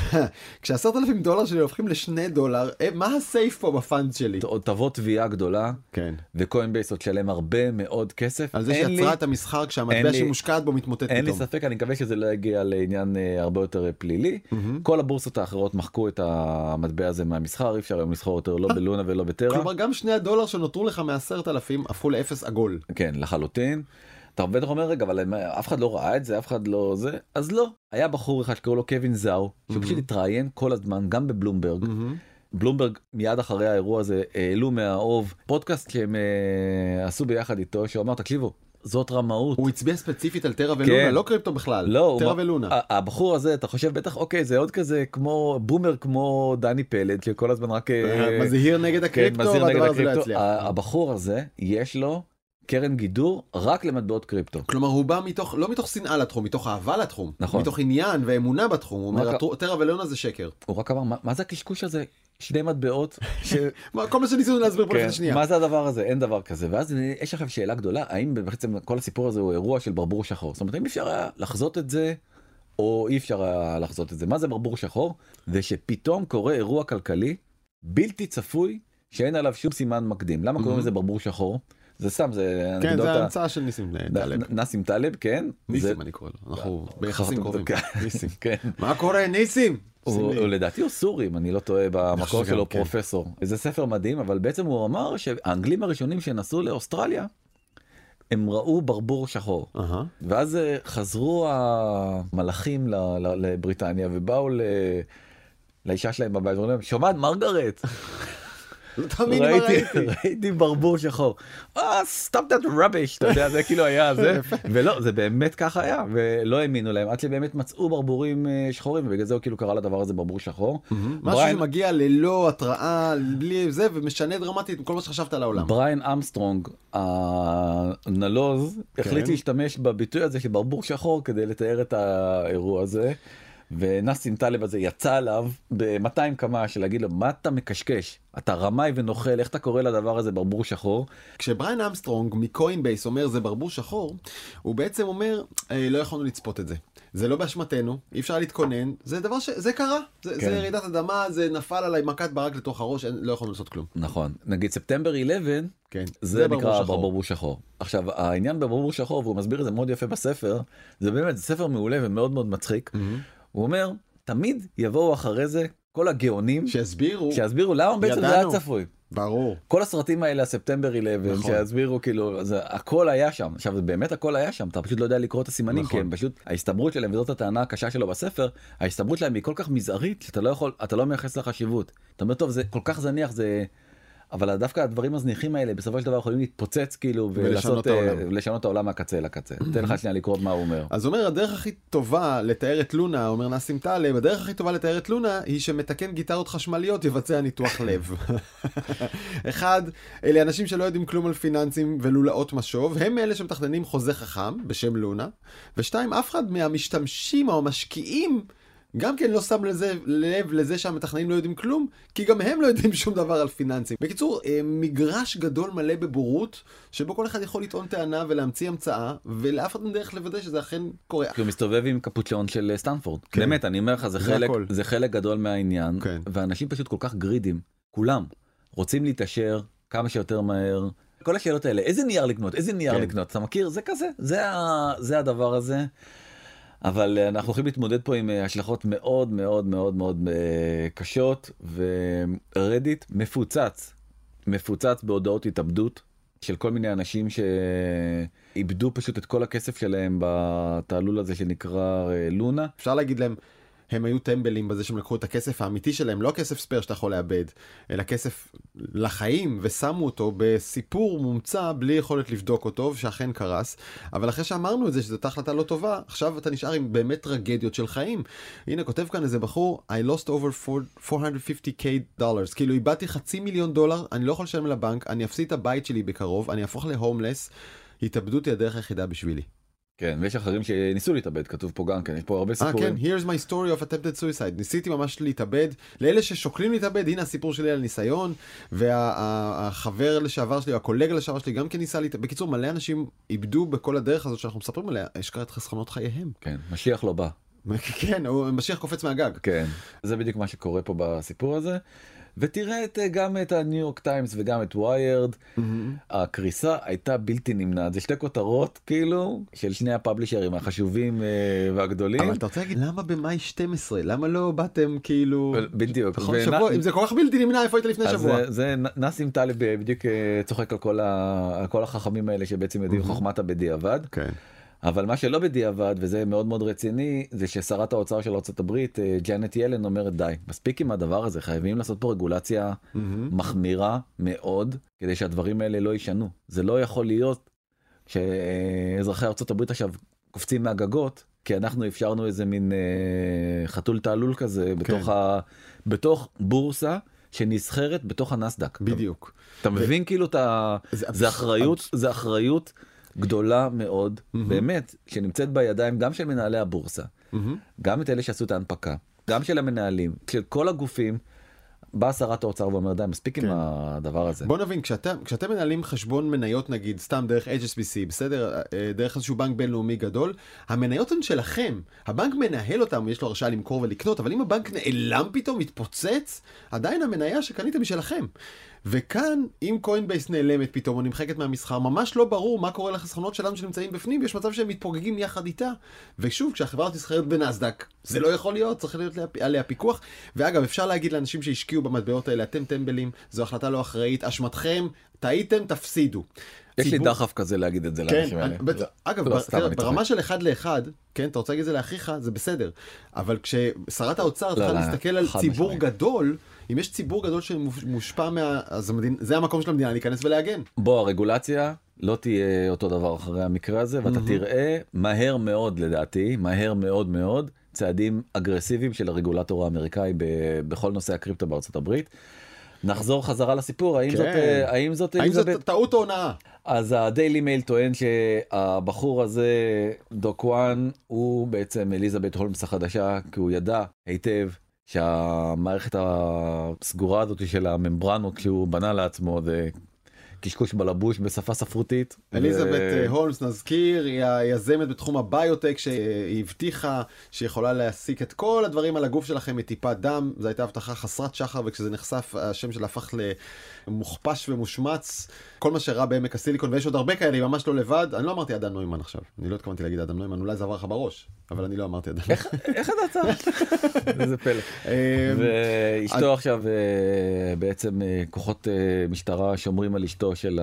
כשעשרת אלפים דולר שלי הופכים לשני דולר, מה הסייף פה בפאנד שלי? תבוא תביעה גדולה, וקוינבייס עוד שלם הרבה מאוד כסף. על זה שיצרה את המסחר כשהמטבע שמושקעת בו מתמוטט פתאום. אין לי ספק, אני מקווה שזה לא יגיע לעניין הרבה יותר פלילי. כל הבורסות האחרות מחקו את המטבע הזה מהמסחר, אי אפשר היום לסחור יותר לא בלונה ולא בטרה. כלומר, גם שני הדולר שנותרו לך מעשרת אלפים הפכו לאפס עגול. כן, לחלוטין. אתה בטח אומר רגע, אבל אף אחד לא ראה את זה, אף אחד לא זה, אז לא. היה בחור אחד שקראו לו קווין זאו, שהוא פשוט התראיין כל הזמן, גם בבלומברג. בלומברג מיד אחרי האירוע הזה העלו מהאוב פודקאסט שהם עשו ביחד איתו, שהוא אמר, תקשיבו, זאת רמאות. הוא הצביע ספציפית על טרה ולונה, לא קריפטו בכלל, טרה ולונה. הבחור הזה, אתה חושב בטח, אוקיי, זה עוד כזה כמו בומר, כמו דני פלד, שכל הזמן רק מזהיר נגד הקריפטו, והדבר הזה לא יצליח. הבחור הזה, יש לו קרן גידור רק למטבעות קריפטו. כלומר, הוא בא מתוך, לא מתוך שנאה לתחום, מתוך אהבה לתחום. נכון. מתוך עניין ואמונה בתחום. הוא אומר, טרה ולונה זה שקר. הוא רק אמר, מה זה הקשקוש הזה? שני מטבעות? כל מה שניסינו להסביר פה לפני שנייה. מה זה הדבר הזה? אין דבר כזה. ואז יש לכם שאלה גדולה, האם בעצם כל הסיפור הזה הוא אירוע של ברבור שחור? זאת אומרת, האם אפשר היה לחזות את זה, או אי אפשר היה לחזות את זה? מה זה ברבור שחור? זה שפתאום קורה אירוע כלכלי, בלתי צפוי, שאין עליו שום סימן מקדים. למה קוראים לזה ברבור שחור? זה סתם, זה... כן, זה ההמצאה של ניסים טלב. ניסים טלב, כן. ניסים אני קורא לו, אנחנו ביחסים קרובים. ניסים, כן. מה קורה, ניסים? לדעתי הוא סורי, אם אני לא טועה, במקור שלו פרופסור. זה ספר מדהים, אבל בעצם הוא אמר שהאנגלים הראשונים שנסעו לאוסטרליה, הם ראו ברבור שחור. ואז חזרו המלאכים לבריטניה, ובאו לאישה שלהם בבית, ואומרים להם, שומעת מרגרט? ראיתי ברבור שחור. אה, stop that rubbish, אתה יודע, זה כאילו היה זה, ולא, זה באמת ככה היה, ולא האמינו להם, עד שבאמת מצאו ברבורים שחורים, ובגלל זה הוא כאילו קרא לדבר הזה ברבור שחור. משהו שמגיע ללא התראה, בלי זה, ומשנה דרמטית כל מה שחשבת על העולם. בריין אמסטרונג, הנלוז, החליט להשתמש בביטוי הזה של ברבור שחור, כדי לתאר את האירוע הזה. ונסים טלב הזה יצא עליו ב-מאתיים קמ"ש של להגיד לו, מה אתה מקשקש? אתה רמאי ונוכל, איך אתה קורא לדבר הזה ברבור שחור? כשבריין אמסטרונג מקוינבייס אומר זה ברבור שחור, הוא בעצם אומר, לא יכולנו לצפות את זה. זה לא באשמתנו, אי אפשר להתכונן, זה דבר ש... זה קרה, זה, כן. זה ירידת אדמה, זה נפל עליי מכת ברק לתוך הראש, אין, לא יכולנו לעשות כלום. נכון, נגיד ספטמבר אחת עשר, כן. זה, זה נקרא ברבור ברבור שחור. עכשיו, העניין בברבור שחור, והוא מסביר את זה מאוד יפה בספר, זה באמת, זה ספר מעולה ומאוד מאוד מצחיק. Mm-hmm. הוא אומר, תמיד יבואו אחרי זה כל הגאונים, שיסבירו, שיסבירו למה בעצם זה היה צפוי. ברור. כל הסרטים האלה, הספטמבר אחת עשר, נכון. שיסבירו כאילו, זה, הכל היה שם. עכשיו, זה באמת הכל היה שם, אתה פשוט לא יודע לקרוא את הסימנים, נכון. כי הם פשוט, ההסתברות שלהם, וזאת הטענה הקשה שלו בספר, ההסתברות שלהם היא כל כך מזערית, שאתה לא יכול, אתה לא מייחס לחשיבות. אתה אומר, טוב, זה כל כך זניח, זה... אבל דווקא הדברים הזניחים האלה בסופו של דבר יכולים להתפוצץ כאילו ולעשות, ולשנות את העולם מהקצה לקצה. תן לך שנייה לקרוא מה הוא אומר. אז הוא אומר, הדרך הכי טובה לתאר את לונה, אומר נסים טלב, הדרך הכי טובה לתאר את לונה היא שמתקן גיטרות חשמליות יבצע ניתוח לב. אחד, אלה אנשים שלא יודעים כלום על פיננסים ולולאות משוב, הם אלה שמתכננים חוזה חכם בשם לונה, ושתיים, אף אחד מהמשתמשים או המשקיעים גם כן לא שם לזה, לב לזה שהמתכננים לא יודעים כלום, כי גם הם לא יודעים שום דבר על פיננסים. בקיצור, מגרש גדול מלא בבורות, שבו כל אחד יכול לטעון טענה ולהמציא המצאה, ולאף אחד אין דרך לוודא שזה אכן קורה. כי הוא מסתובב עם קפוצ'ון של סטנפורד. כן. באמת, אני אומר לך, זה, זה, חלק, הכל. זה חלק גדול מהעניין, כן. ואנשים פשוט כל כך גרידים, כולם, רוצים להתעשר כמה שיותר מהר. כל השאלות האלה, איזה נייר לקנות, איזה נייר כן. לקנות, אתה מכיר? זה כזה, זה, ה, זה הדבר הזה. אבל אנחנו הולכים להתמודד פה עם השלכות מאוד מאוד מאוד מאוד קשות, ורדיט מפוצץ, מפוצץ בהודעות התאבדות של כל מיני אנשים שאיבדו פשוט את כל הכסף שלהם בתעלול הזה שנקרא לונה. אפשר להגיד להם, הם היו טמבלים בזה שהם לקחו את הכסף האמיתי שלהם, לא כסף ספר שאתה יכול לאבד, אלא כסף לחיים, ושמו אותו בסיפור מומצא בלי יכולת לבדוק אותו, שאכן קרס. אבל אחרי שאמרנו את זה, שזאת החלטה לא טובה, עכשיו אתה נשאר עם באמת טרגדיות של חיים. הנה, כותב כאן איזה בחור, I lost over four hundred fifty thousand dollars, כאילו איבדתי חצי מיליון דולר, אני לא יכול לשלם לבנק, אני אפסיד את הבית שלי בקרוב, אני אהפוך להומלס, התאבדות היא הדרך היחידה בשבילי. כן, ויש אחרים שניסו להתאבד, כתוב פה גם כן, יש פה הרבה סיפורים. אה, כן, here's my story of attempted suicide. ניסיתי ממש להתאבד. לאלה ששוקלים להתאבד, הנה הסיפור שלי על ניסיון, והחבר לשעבר שלי, הקולגה לשעבר שלי, גם כן ניסה להתאבד. בקיצור, מלא אנשים איבדו בכל הדרך הזאת שאנחנו מספרים עליה, השקע את חסכונות חייהם. כן, משיח לא בא. כן, הוא משיח קופץ מהגג. כן, זה בדיוק מה שקורה פה בסיפור הזה. ותראה את, גם את הניו יורק טיימס וגם את ויירד. Mm-hmm. הקריסה הייתה בלתי נמנעת. זה שתי כותרות כאילו של שני הפאבלישרים החשובים והגדולים. אבל אתה רוצה להגיד למה במאי שתים עשרה? למה לא באתם כאילו... בדיוק. ונ... שבוע, אם זה כל כך בלתי נמנע, איפה היית לפני שבוע? זה, זה נסים טלב בדיוק צוחק על כל, ה, על כל החכמים האלה שבעצם יודעים mm-hmm. חוכמת הבדיעבד. כן. Okay. אבל מה שלא בדיעבד, וזה מאוד מאוד רציני, זה ששרת האוצר של ארצות הברית, ג'אנט ילן, אומרת די, מספיק עם הדבר הזה, חייבים לעשות פה רגולציה mm-hmm. מחמירה מאוד, כדי שהדברים האלה לא יישנו. זה לא יכול להיות שאזרחי ארצות הברית עכשיו קופצים מהגגות, כי אנחנו אפשרנו איזה מין אה, חתול תעלול כזה, כן. בתוך, ה, בתוך בורסה שנסחרת בתוך הנסדק. בדיוק. אתה, אתה ו... מבין כאילו, אתה, זה, זה אחריות, זה אחריות, גדולה מאוד, mm-hmm. באמת, שנמצאת בידיים גם של מנהלי הבורסה, mm-hmm. גם את אלה שעשו את ההנפקה, גם של המנהלים, של כל הגופים, בא שרת האוצר ואומר, די, מספיק כן. עם הדבר הזה. בוא נבין, כשאתם, כשאתם מנהלים חשבון מניות, נגיד, סתם דרך אייץ' אס בי סי, בסדר? דרך איזשהו בנק בינלאומי גדול, המניות הן שלכם. הבנק מנהל אותם, יש לו הרשאה למכור ולקנות, אבל אם הבנק נעלם פתאום, מתפוצץ, עדיין המניה שקניתם היא שלכם. וכאן, אם קוינבייס נעלמת פתאום או נמחקת מהמסחר, ממש לא ברור מה קורה לחסכונות שלנו שנמצאים בפנים, יש מצב שהם מתפוגגים יחד איתה. ושוב, כשהחברה תסחרת בנסדק, זה לא יכול להיות, צריך להיות עליה פיקוח. ואגב, אפשר להגיד לאנשים שהשקיעו במטבעות האלה, אתם טמבלים, זו החלטה לא אחראית, אשמתכם, טעיתם, תפסידו. יש לי דחף כזה להגיד את זה לאנשים האלה. אגב, ברמה של אחד לאחד, כן, אתה רוצה להגיד את זה לאחיך, זה בסדר. אבל כששרת האוצר צריכה להסתכל על ציבור גדול, אם יש ציבור גדול שמושפע מה... אז זה המקום של המדינה להיכנס ולהגן. בוא, הרגולציה לא תהיה אותו דבר אחרי המקרה הזה, ואתה תראה מהר מאוד לדעתי, מהר מאוד מאוד, צעדים אגרסיביים של הרגולטור האמריקאי בכל נושא הקריפטו בארצות הברית. נחזור חזרה לסיפור, האם זאת... האם זאת... האם זאת טעות או הונאה? אז הדיילי מייל טוען שהבחור הזה, דוק וואן, הוא בעצם אליזבת הולמס החדשה, כי הוא ידע היטב שהמערכת הסגורה הזאת של הממברנות שהוא בנה לעצמו, זה קשקוש בלבוש בשפה ספרותית. אליזבת הולמס נזכיר, היא היזמת בתחום הביוטק שהיא הבטיחה שיכולה להסיק את כל הדברים על הגוף שלכם מטיפת דם. זו הייתה הבטחה חסרת שחר, וכשזה נחשף השם שלה הפך למוכפש ומושמץ. כל מה שראה בעמק הסיליקון, ויש עוד הרבה כאלה, היא ממש לא לבד. אני לא אמרתי אדם נוימן עכשיו, אני לא התכוונתי להגיד אדם נוימן, אולי זה עבר לך בראש, אבל אני לא אמרתי אדם נוימן. איך ידעת? איזה פלא. ואשתו עכשיו בעצם כוחות משטרה שומרים על אשתו של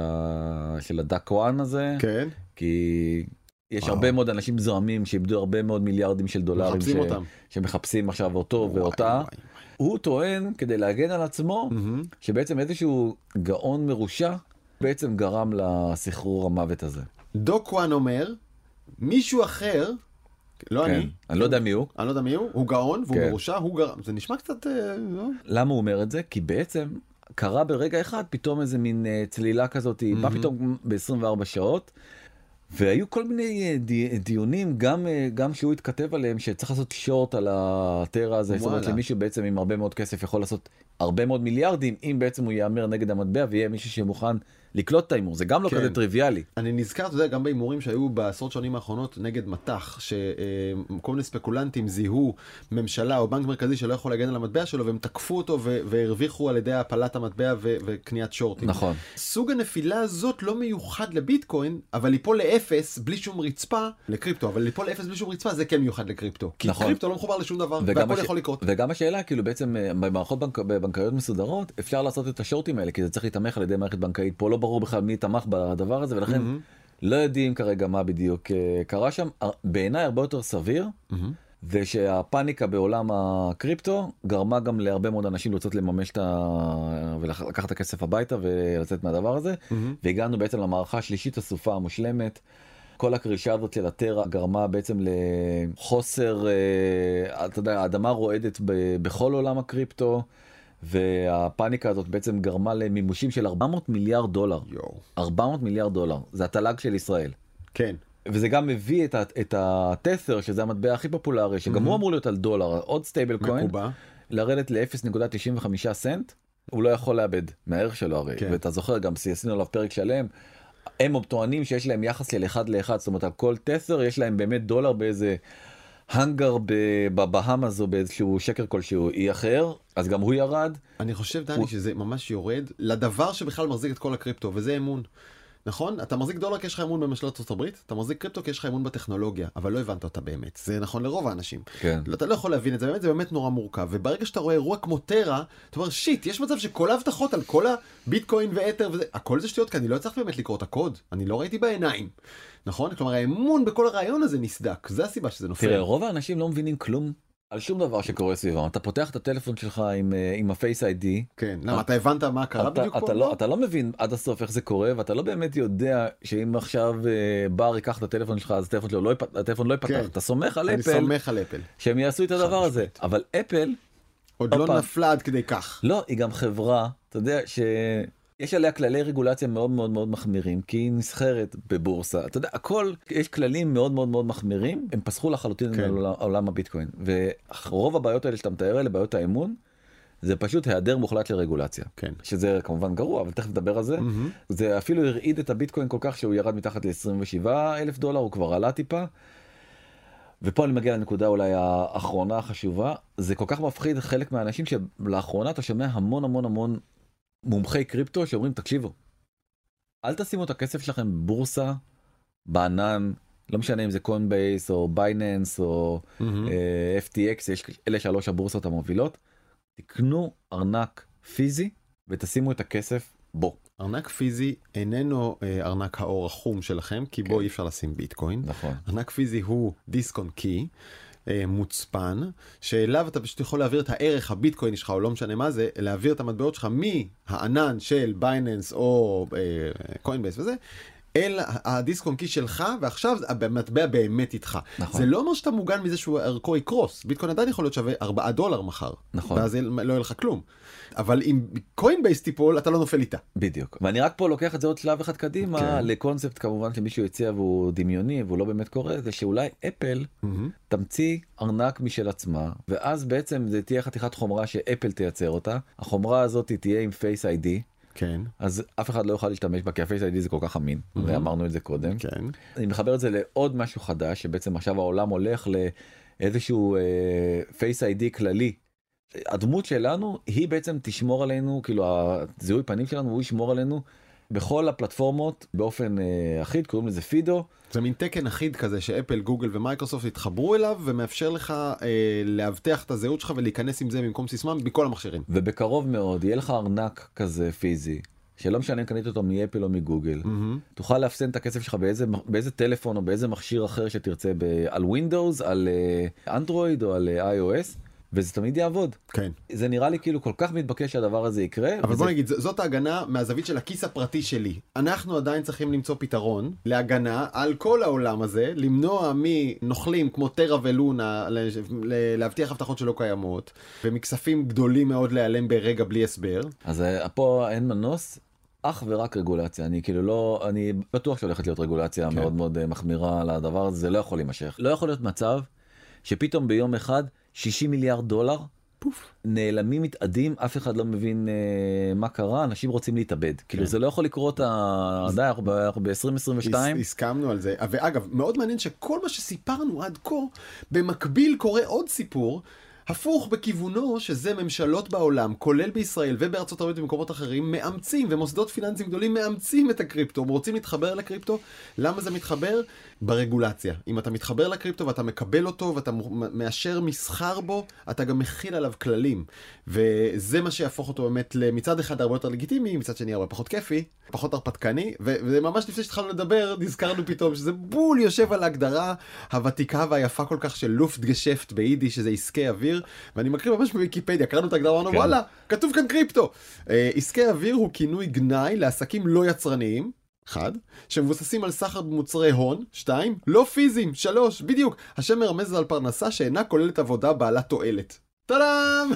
הדק וואן הזה. כן. כי יש הרבה מאוד אנשים זוהמים שאיבדו הרבה מאוד מיליארדים של דולרים שמחפשים עכשיו אותו ואותה. הוא טוען כדי להגן על עצמו שבעצם איזשהו גאון מרושע בעצם גרם לסחרור המוות הזה. דוק וואן אומר, מישהו אחר, לא אני. אני לא יודע מי הוא. אני לא יודע מי הוא, הוא גאון והוא מרושע, הוא גרם. זה נשמע קצת... למה הוא אומר את זה? כי בעצם קרה ברגע אחד פתאום איזה מין צלילה כזאת, בא פתאום ב-עשרים וארבע שעות, והיו כל מיני דיונים, גם, גם שהוא התכתב עליהם, שצריך לעשות שורט על הטרה הזה, זאת אומרת שמישהו בעצם עם הרבה מאוד כסף יכול לעשות הרבה מאוד מיליארדים, אם בעצם הוא יאמר נגד המטבע, ויהיה מישהו שמוכן לקלוט את האימור. זה גם לא כזה טריוויאלי. אני נזכר, אתה יודע, גם באימורים שהיו בעשרות שנים האחרונות נגד מתח, שכל מיני ספקולנטים זיהו ממשלה או בנק מרכזי שלא יכול להגן על המטבע שלו, והם תקפו אותו והרוויחו על ידי הפלת המטבע וקניית שורטים. נכון. סוג הנפילה הזאת לא מיוחד לביטקוין, אבל ליפול לאפס בלי שום רצפה לקריפטו, אבל ליפול לאפס בלי שום רצפה זה כן מיוחד לקריפטו. כי קריפטו לא מחובר לשום דבר, והכל יכול לקרות. וגם השאלה, כאילו בעצם במערכות בנקאיות מסודרות, אפשר לעשות את השורטים האלה, כי זה צריך להתמך על ידי מערכת בנקאית. פה לא ברור בכלל מי תמך בדבר הזה, ולכן לא יודעים כרגע מה בדיוק קרה שם. בעיניי הרבה יותר סביר, זה שהפאניקה בעולם הקריפטו גרמה גם להרבה מאוד אנשים לרצות לממש את ה... ולקחת את הכסף הביתה ולצאת מהדבר הזה, והגענו בעצם למערכה השלישית הסופה המושלמת. כל הקרישה הזאת של הטרה גרמה בעצם לחוסר, אתה יודע, האדמה רועדת בכל עולם הקריפטו, והפאניקה הזאת בעצם גרמה למימושים של ארבע מאות מיליארד דולר. ארבע מאות מיליארד דולר. זה התל"ג של ישראל. כן. וזה גם מביא את, את התת'ר, שזה המטבע הכי פופולרי, שגם הוא אמור להיות על דולר, עוד סטייבל קוין, לרדת ל-אפס נקודה תשעים וחמישה סנט, הוא לא יכול לאבד מהערך שלו הרי. כן. ואתה זוכר, גם עשינו עליו פרק שלם, הם טוענים שיש להם יחס של אחד לאחד, זאת אומרת, על כל תת'ר יש להם באמת דולר באיזה הנגר בבהאמאז או באיזשהו שקר כלשהו אי אחר, אז גם הוא ירד. אני חושב, דני, הוא... שזה ממש יורד לדבר שבכלל מחזיק את כל הקריפטו, וזה אמון. נכון? אתה מחזיק דולר כי יש לך אמון בממשלת ארצות הברית, אתה מחזיק קריפטו כי יש לך אמון בטכנולוגיה, אבל לא הבנת אותה באמת. זה נכון לרוב האנשים. כן. אתה לא יכול להבין את זה, באמת, זה באמת נורא מורכב. וברגע שאתה רואה אירוע כמו טרה, אתה אומר, שיט, יש מצב שכל ההבטחות על כל הביטקוין ואתר וזה, הכל זה שטויות, כי אני לא צריך באמת לקרוא את הקוד. אני לא ראיתי בעיניים. נכון? כלומר, האמון בכל הרעיון הזה נסדק. זה הסיבה שזה נופל. תראה, רוב האנשים לא מבינים כלום על שום דבר שקורה סביבם. אתה פותח את הטלפון שלך עם, עם הפייס איי די. כן, למה? אתה הבנת מה קרה אתה, בדיוק אתה פה? לא, אתה לא מבין עד הסוף איך זה קורה, ואתה לא באמת יודע שאם עכשיו בר ייקח את הטלפון שלך, אז הטלפון שלו לא יפתח, הטלפון לא יפתח. כן. אתה סומך על אני אפל. אני סומך על אפל. שהם יעשו את הדבר הזה. אבל אפל... עוד לא פעם, נפלה עד כדי כך. לא, היא גם חברה, אתה יודע ש... יש עליה כללי רגולציה מאוד מאוד מאוד מחמירים, כי היא נסחרת בבורסה. אתה יודע, הכל, יש כללים מאוד מאוד מאוד מחמירים, הם פסחו לחלוטין כן. על עולם הביטקוין. ורוב הבעיות האלה שאתה מתאר אלה, בעיות האמון, זה פשוט היעדר מוחלט לרגולציה. כן. שזה כמובן גרוע, אבל תכף נדבר על זה. Mm-hmm. זה אפילו הרעיד את הביטקוין כל כך שהוא ירד מתחת ל-עשרים ושבעה אלף דולר, הוא כבר עלה טיפה. ופה אני מגיע לנקודה אולי האחרונה החשובה. זה כל כך מפחיד חלק מהאנשים שלאחרונה אתה שומע המון המון המון מומחי קריפטו שאומרים, תקשיבו, אל תשימו את הכסף שלכם בבורסה, בענן, לא משנה אם זה קוינבייס או בייננס או mm-hmm. uh, אף טי אקס, יש אלה שלוש הבורסות המובילות, תקנו ארנק פיזי ותשימו את הכסף בו. ארנק פיזי איננו אה, ארנק האור החום שלכם, כי כן. בו אי אפשר לשים ביטקוין. נכון. ארנק פיזי הוא דיסק און קי, מוצפן, שאליו אתה פשוט יכול להעביר את הערך הביטקוין שלך, או לא משנה מה זה, להעביר את המטבעות שלך מהענן של בייננס או קוינבייס וזה, אל הדיסק און קי שלך, ועכשיו המטבע באמת איתך. נכון. זה לא אומר שאתה מוגן מזה שהוא ערכו יקרוס. ביטקוין עדיין יכול להיות שווה ארבעה דולר מחר. נכון. ואז לא יהיה לך כלום. אבל אם קוינבייס טיפול, אתה לא נופל איתה. בדיוק. ואני רק פה לוקח את זה עוד שלב אחד קדימה, okay. לקונספט כמובן שמישהו הציע והוא דמיוני, והוא לא באמת קורה, זה שאולי אפל mm-hmm. תמציא ארנק משל עצמה, ואז בעצם זה תהיה חתיכת חומרה שאפל תייצר אותה. החומרה הזאת תהיה עם פייס איי די, כן. אז אף אחד לא יוכל להשתמש בה, כי ה-Face איי די זה כל כך אמין, ואמרנו את זה קודם. כן. אני מחבר את זה לעוד משהו חדש, שבעצם עכשיו העולם הולך לאיזשהו Face איי די כללי. הדמות שלנו היא בעצם תשמור עלינו, כאילו הזיהוי פנים שלנו הוא ישמור עלינו בכל הפלטפורמות באופן אה, אחיד, קוראים לזה פידו. זה מין תקן אחיד כזה שאפל, גוגל ומייקרוסופט התחברו אליו ומאפשר לך אה, להבטח את הזהות שלך ולהיכנס עם זה במקום סיסמה בכל המכשירים. ובקרוב מאוד יהיה לך ארנק כזה פיזי, שלא משנה אם קנית אותו מאפל או מגוגל, mm-hmm. תוכל לאפסן את הכסף שלך באיזה, באיזה טלפון או באיזה מכשיר אחר שתרצה, ב, על ווינדוס, על אנדרואיד או על איי או אס. וזה תמיד יעבוד. כן. זה נראה לי כאילו כל כך מתבקש שהדבר הזה יקרה. אבל וזה... בוא נגיד, זאת ההגנה מהזווית של הכיס הפרטי שלי. אנחנו עדיין צריכים למצוא פתרון להגנה על כל העולם הזה, למנוע מנוכלים כמו טרה ולונה, להבטיח הבטחות שלא קיימות, ומכספים גדולים מאוד להיעלם ברגע בלי הסבר. אז פה אין מנוס. אך ורק רגולציה. אני כאילו לא, אני בטוח שהולכת להיות רגולציה כן. מאוד מאוד מחמירה על הדבר הזה. זה לא יכול להימשך. לא יכול להיות מצב שפתאום ביום אחד שישים מיליארד דולר פוף. נעלמים, מתאדים, אף אחד לא מבין אה, מה קרה, אנשים רוצים להתאבד. כן. כאילו זה לא יכול לקרות, די, אנחנו ב-עשרים עשרים ושתיים. הסכמנו על זה. ואגב, מאוד מעניין שכל מה שסיפרנו עד כה, במקביל קורה עוד סיפור, הפוך בכיוונו שזה ממשלות בעולם, כולל בישראל ובארצות הברית ובמקומות אחרים, מאמצים, ומוסדות פיננסיים גדולים מאמצים את הקריפטו, הם רוצים להתחבר לקריפטו. למה זה מתחבר? ברגולציה. אם אתה מתחבר לקריפטו ואתה מקבל אותו ואתה מאשר מסחר בו, אתה גם מכיל עליו כללים. וזה מה שיהפוך אותו באמת למצד אחד הרבה יותר לגיטימי, מצד שני הרבה פחות כיפי, פחות הרפתקני, וזה ממש לפני שהתחלנו לדבר, נזכרנו פתאום שזה בול יושב על ההגדרה הוותיקה והיפה כל כך של לופט גשפט ביידיש, שזה עסקי אוויר, ואני מקריא ממש בוויקיפדיה, קראנו את ההגדרה, אמרנו, כן. וואלה, כתוב כאן קריפטו. עסקי אוויר הוא כינוי גנאי לעסקים לא יצרניים, אחד, שמבוססים על סחר במוצרי הון, שתיים, לא פיזיים, שלוש, בדיוק, השם מרמז על פרנסה שאינה כוללת עבודה בעלת תועלת. טאדאם!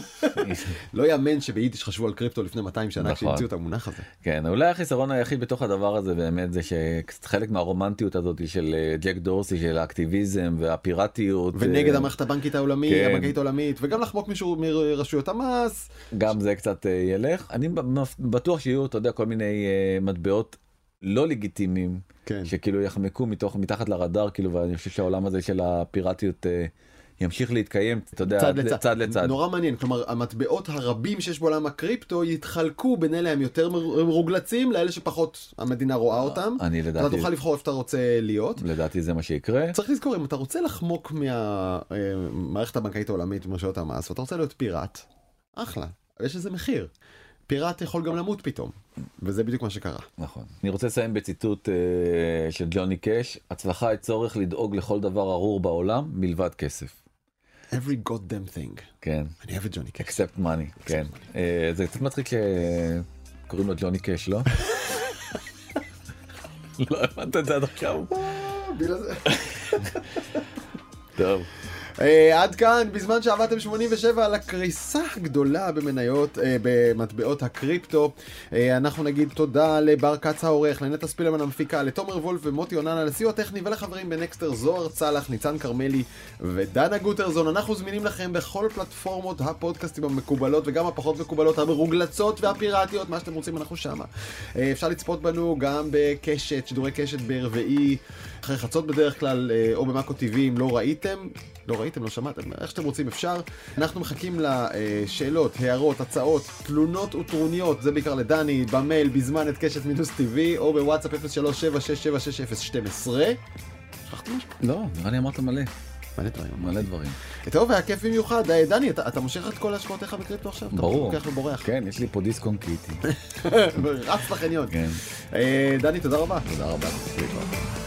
לא יאמן שביידיש חשבו על קריפטו לפני מאתיים שנה כשהמציאו את המונח הזה. כן, אולי החיסרון היחיד בתוך הדבר הזה באמת זה שחלק מהרומנטיות הזאת של ג'ק דורסי, של האקטיביזם והפיראטיות. ונגד המערכת הבנקית העולמית, הבנקית העולמית, וגם לחמוק מישהו מרשויות המס. גם זה קצת ילך. אני בטוח שיהיו, אתה יודע, כל מיני מטבעות לא לגיטימיים, שכאילו יחמקו מתחת לרדאר, כאילו, ואני חושב שהעולם הזה של הפיראטיות ימשיך להתקיים, אתה יודע, צד לצד. צד לצד. נורא מעניין, כלומר, המטבעות הרבים שיש בעולם הקריפטו יתחלקו בין אלה הם יותר מרוגלצים, לאלה שפחות המדינה רואה אותם. אני לדעתי... אתה תוכל לבחור איפה אתה רוצה להיות. לדעתי זה מה שיקרה. צריך לזכור, אם אתה רוצה לחמוק מהמערכת הבנקאית העולמית ומרשויות המס, ואתה רוצה להיות פיראט, אחלה, יש איזה מחיר. פיראט יכול גם למות פתאום, וזה בדיוק מה שקרה. נכון. אני רוצה לסיים בציטוט uh, של ג'וני קאש, הצלחה היא צורך לדאוג לכל דבר ארור בעולם מלבד כסף. Every goddamn thing. כן. אני אוהב את ג'וני קאש. Except money, כן. Uh, זה קצת מצחיק שקוראים לו ג'וני קאש, לא? לא הבנת את זה עד עכשיו. ביל הזה. טוב. Uh, עד כאן, בזמן שעבדתם שמונים ושבע על הקריסה הגדולה במניות, uh, במטבעות הקריפטו, uh, אנחנו נגיד תודה לבר קץ העורך, לנטע ספילמן המפיקה, לתומר וולף ומוטי עוננה, לסיוע טכני ולחברים בנקסטר זוהר צלח, ניצן קרמלי ודנה גוטרזון. אנחנו זמינים לכם בכל פלטפורמות הפודקאסטים המקובלות וגם הפחות מקובלות, המרוגלצות והפיראטיות, מה שאתם רוצים אנחנו שמה. Uh, אפשר לצפות בנו גם בקשת, שידורי קשת ברביעי, אחרי חצות בדרך כלל, uh, או במאקו טיווי, אם לא ראיתם, לא ראיתם, לא שמעתם, איך שאתם רוצים אפשר. אנחנו מחכים לשאלות, הערות, הצעות, תלונות וטרוניות, זה בעיקר לדני, במייל, בזמן את קשת מינוס טבעי, או בוואטסאפ אפס שלוש שבע שש שבע שש אפס שתים עשרה. שכחתם משהו? לא, נראה לי אמרת מלא. מלא דברים. מלא דברים. טוב, היה כיף במיוחד. דני, אתה, אתה מושך את כל השקעותיך בקריפטו עכשיו? ברור. אתה לוקח ובורח. כן, יש לי פה דיסק קונקריטי. רץ לחניון. כן. דני, תודה רבה. תודה רבה.